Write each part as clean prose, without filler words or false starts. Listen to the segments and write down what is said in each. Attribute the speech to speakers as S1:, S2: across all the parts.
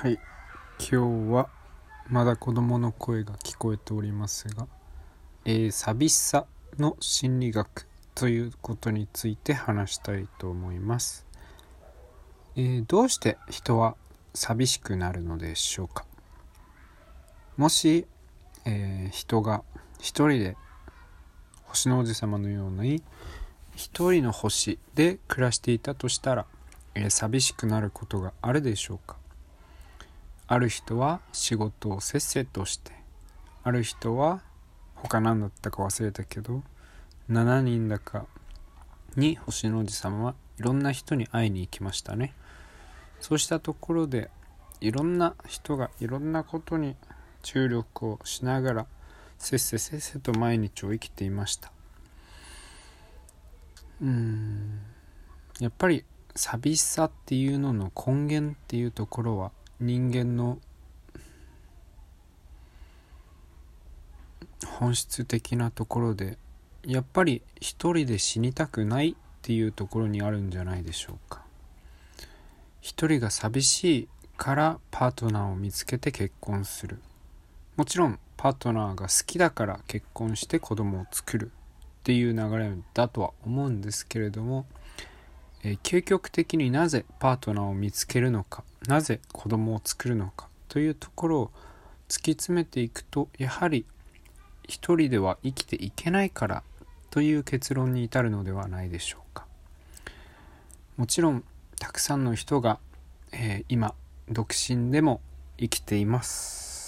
S1: はい、今日はまだ子供の声が聞こえておりますが、寂しさの心理学ということについて話したいと思います。どうして人は寂しくなるのでしょうか。もし、人が一人で星の王子様のように一人の星で暮らしていたとしたら、寂しくなることがあるでしょうか。ある人は仕事をせっせとして、ある人は他何だったか忘れたけど7人だかに星の王子様はいろんな人に会いに行きましたね。そうしたところでいろんな人がいろんなことに注力をしながらせっせと毎日を生きていました。やっぱり寂しさっていうのの根源っていうところは人間の本質的なところで、やっぱり一人で死にたくないっていうところにあるんじゃないでしょうか。一人が寂しいからパートナーを見つけて結婚する。もちろんパートナーが好きだから結婚して子供を作るっていう流れだとは思うんですけれども、究極的になぜパートナーを見つけるのか、なぜ子供を作るのかというところを突き詰めていくと、やはり一人では生きていけないからという結論に至るのではないでしょうか。もちろんたくさんの人が、今独身でも生きています。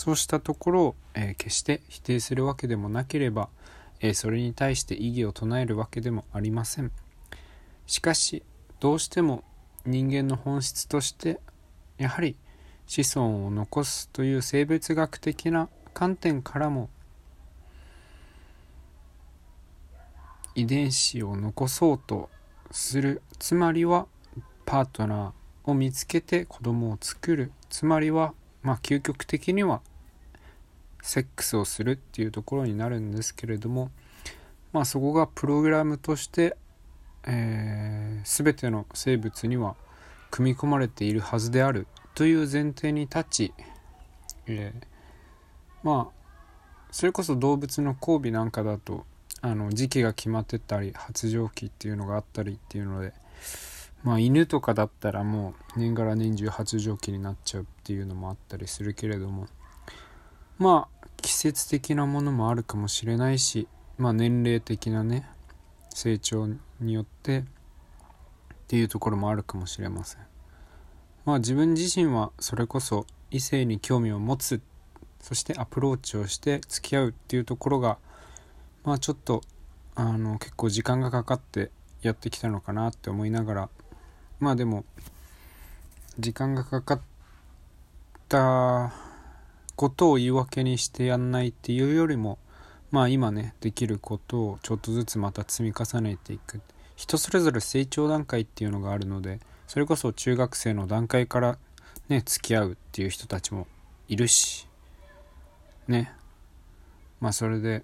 S1: そうしたところを、決して否定するわけでもなければ、それに対して異議を唱えるわけでもありません。しかしどうしても人間の本質としてやはり子孫を残すという生物学的な観点からも遺伝子を残そうとする、つまりはパートナーを見つけて子供を作る、つまりは究極的にはセックスをするっていうところになるんですけれども、そこがプログラムとして全ての生物には組み込まれているはずであるという前提に立ち、それこそ動物の交尾なんかだと時期が決まってたり発情期っていうのがあったりっていうので、犬とかだったらもう年がら年中発情期になっちゃうっていうのもあったりするけれども、季節的なものもあるかもしれないし、年齢的なね成長によってっていうところもあるかもしれません。自分自身はそれこそ異性に興味を持つ、そしてアプローチをして付き合うっていうところがちょっと結構時間がかかってやってきたのかなって思いながら、でも時間がかかったことを言い訳にしてやんないっていうよりも、今ねできることをちょっとずつまた積み重ねていく。人それぞれ成長段階っていうのがあるので、それこそ中学生の段階からね付き合うっていう人たちもいるしね。それで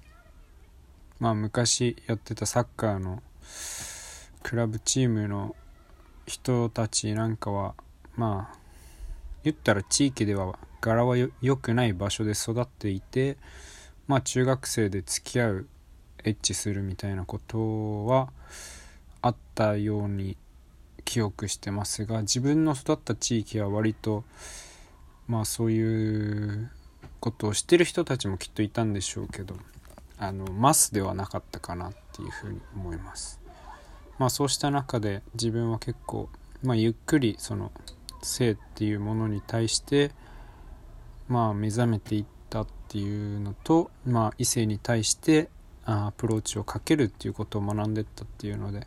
S1: 昔やってたサッカーのクラブチームの人たちなんかは言ったら地域では柄は良くない場所で育っていて、中学生で付き合うエッチするみたいなことはあったように記憶してますが、自分の育った地域は割とそういうことをしてる人たちもきっといたんでしょうけど、マスではなかったかなっていうふうに思います。そうした中で自分は結構、ゆっくりその性っていうものに対して目覚めていったっていうのと、異性に対してアプローチをかけるっていうことを学んでったっていうので、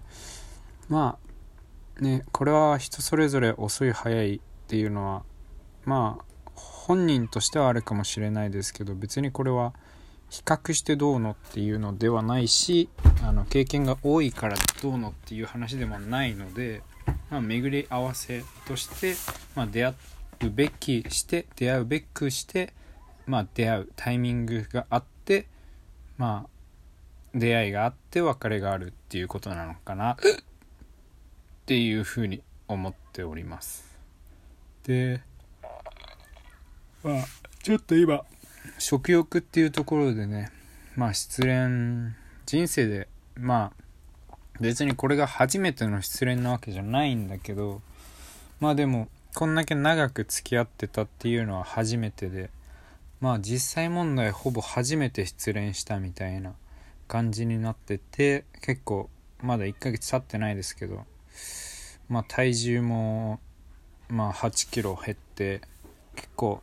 S1: これは人それぞれ遅い早いっていうのは本人としてはあるかもしれないですけど、別にこれは比較してどうのっていうのではないし、経験が多いからどうのっていう話でもないので、巡り合わせとして、出会うべくして出会うタイミングがあって、出会いがあって別れがあるっていうことなのかなっていうふうに思っております。でちょっと今食欲っていうところでね、失恋人生で別にこれが初めての失恋なわけじゃないんだけど、でもこんだけ長く付き合ってたっていうのは初めてで、実際問題ほぼ初めて失恋したみたいな感じになってて、結構まだ1ヶ月経ってないですけど、体重も8キロ減って、結構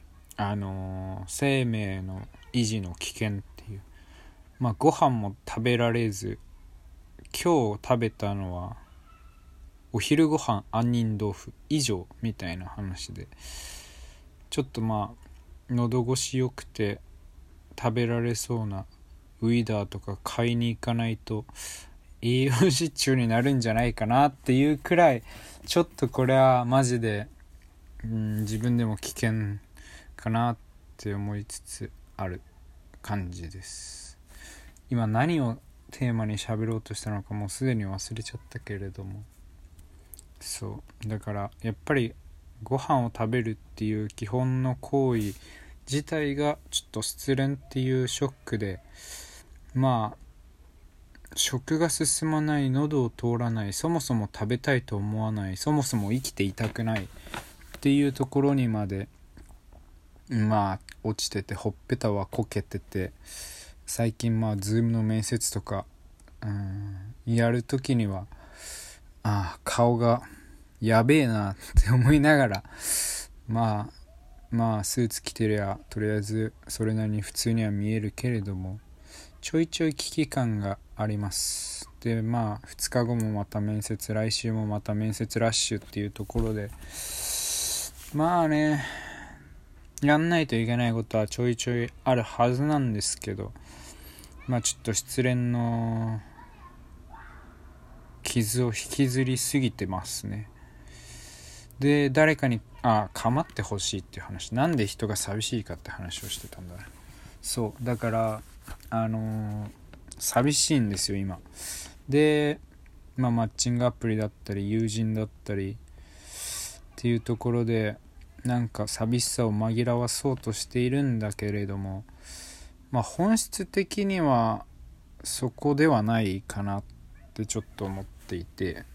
S1: 生命の維持の危険っていう、ご飯も食べられず、今日食べたのはお昼ご飯杏仁豆腐以上みたいな話で、ちょっと喉越し良くて食べられそうなウィダーとか買いに行かないと栄養失調になるんじゃないかなっていうくらい、ちょっとこれはマジで自分でも危険かなって思いつつある感じです。今何をテーマに喋ろうとしたのかもうすでに忘れちゃったけれども、そうだからやっぱりご飯を食べるっていう基本の行為自体がちょっと失恋っていうショックで、食が進まない、喉を通らない、そもそも食べたいと思わない、そもそも生きていたくないっていうところにまで落ちてて、ほっぺたはこけてて、最近Zoom の面接とかやるときには顔がやべえなって思いながら、スーツ着てりゃとりあえずそれなりに普通には見えるけれども、ちょいちょい危機感があります。で2日後もまた面接、来週もまた面接ラッシュっていうところで、やんないといけないことはちょいちょいあるはずなんですけど、ちょっと失恋の傷を引きずりすぎてますね。で、誰かに構ってほしいっていう話、なんで人が寂しいかって話をしてたんだ。そうだから寂しいんですよ今で。マッチングアプリだったり友人だったりっていうところで寂しさを紛らわそうとしているんだけれども、本質的にはそこではないかなってちょっと思っていて、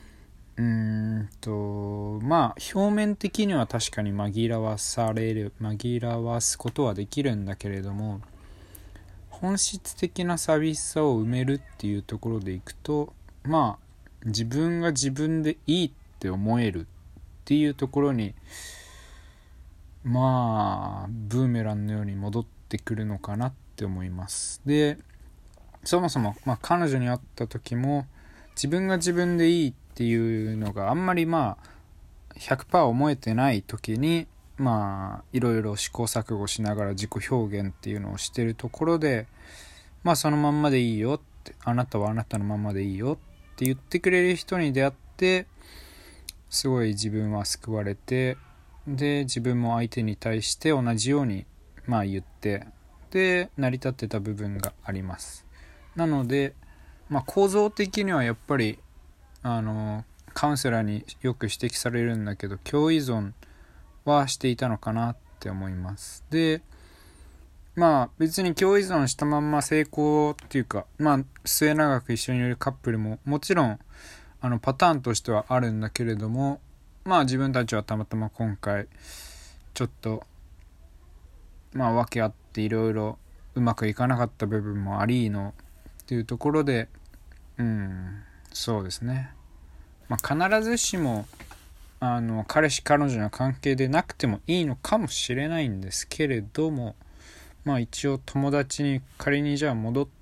S1: 表面的には確かに紛らわすことはできるんだけれども、本質的な寂しさを埋めるっていうところでいくと、自分が自分でいいって思えるっていうところにブーメランのように戻ってくるのかなって思います。で、そもそも彼女に会った時も自分が自分でいいっていうのがあんまり100% 思えてない時にいろいろ試行錯誤しながら自己表現っていうのをしてるところで、そのまんまでいいよって、あなたはあなたのままでいいよって言ってくれる人に出会って、すごい自分は救われて、で自分も相手に対して同じように言って、で成り立ってた部分があります。なので構造的にはやっぱりカウンセラーによく指摘されるんだけど、共依存はしていたのかなって思います。で別に共依存したまんま成功っていうか末永く一緒にいるカップルももちろんパターンとしてはあるんだけれども、自分たちはたまたま今回ちょっと訳あっていろいろうまくいかなかった部分もありのっていうところで、そうですね。必ずしも彼氏彼女の関係でなくてもいいのかもしれないんですけれども、一応友達に仮にじゃあ戻って、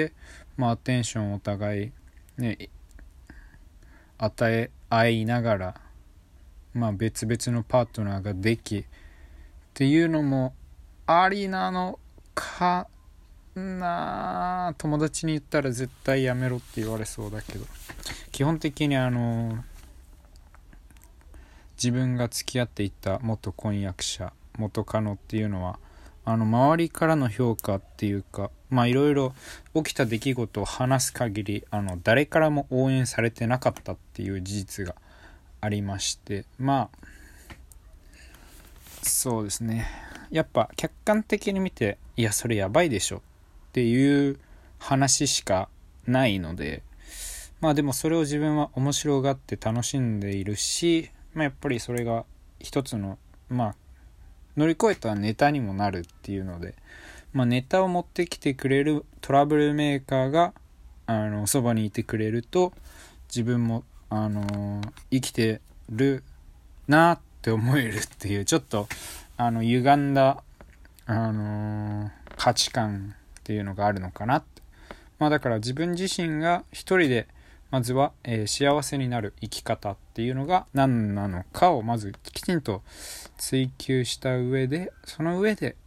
S1: アテンションをお互いね与え合いながら、別々のパートナーができっていうのもありなのかな。友達に言ったら絶対やめろって言われそうだけど、基本的に自分が付き合っていた元婚約者、元カノっていうのは周りからの評価っていうか、いろいろ起きた出来事を話す限り誰からも応援されてなかったっていう事実がありまして、 そうですね。やっぱ客観的に見て、いやそれやばいでしょっていう話しかないので、まあでもそれを自分は面白がって楽しんでいるし、やっぱりそれが一つの乗り越えたネタにもなるっていうので、ネタを持ってきてくれるトラブルメーカーがそばにいてくれると、自分も生きてるなって思えるっていう、ちょっと歪んだ価値観っていうのがあるのかなって。だから自分自身が一人でまずは、幸せになる生き方っていうのが何なのかをまずきちんと追求した上で、その上で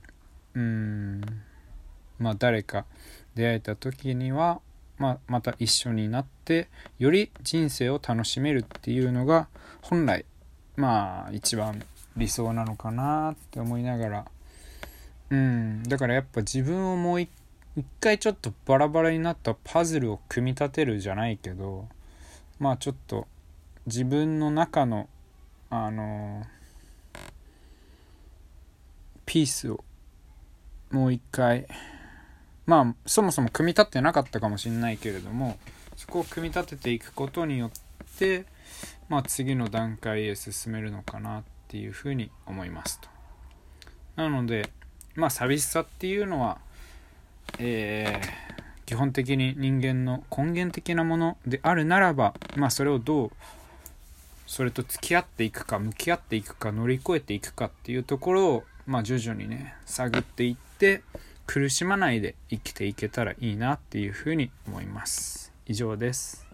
S1: 誰か出会えた時には、また一緒になってより人生を楽しめるっていうのが本来一番理想なのかなって思いながら、だからやっぱ自分をもう一回ちょっとバラバラになったパズルを組み立てるじゃないけど、ちょっと自分の中のピースをもう一回、そもそも組み立ってなかったかもしれないけれども、そこを組み立てていくことによって次の段階へ進めるのかなっていうふうに思いますと。なので寂しさっていうのは基本的に人間の根源的なものであるならば、それをどうそれと付き合っていくか、向き合っていくか、乗り越えていくかっていうところを徐々にね探っていって、苦しまないで生きていけたらいいなっていうふうに思います。以上です。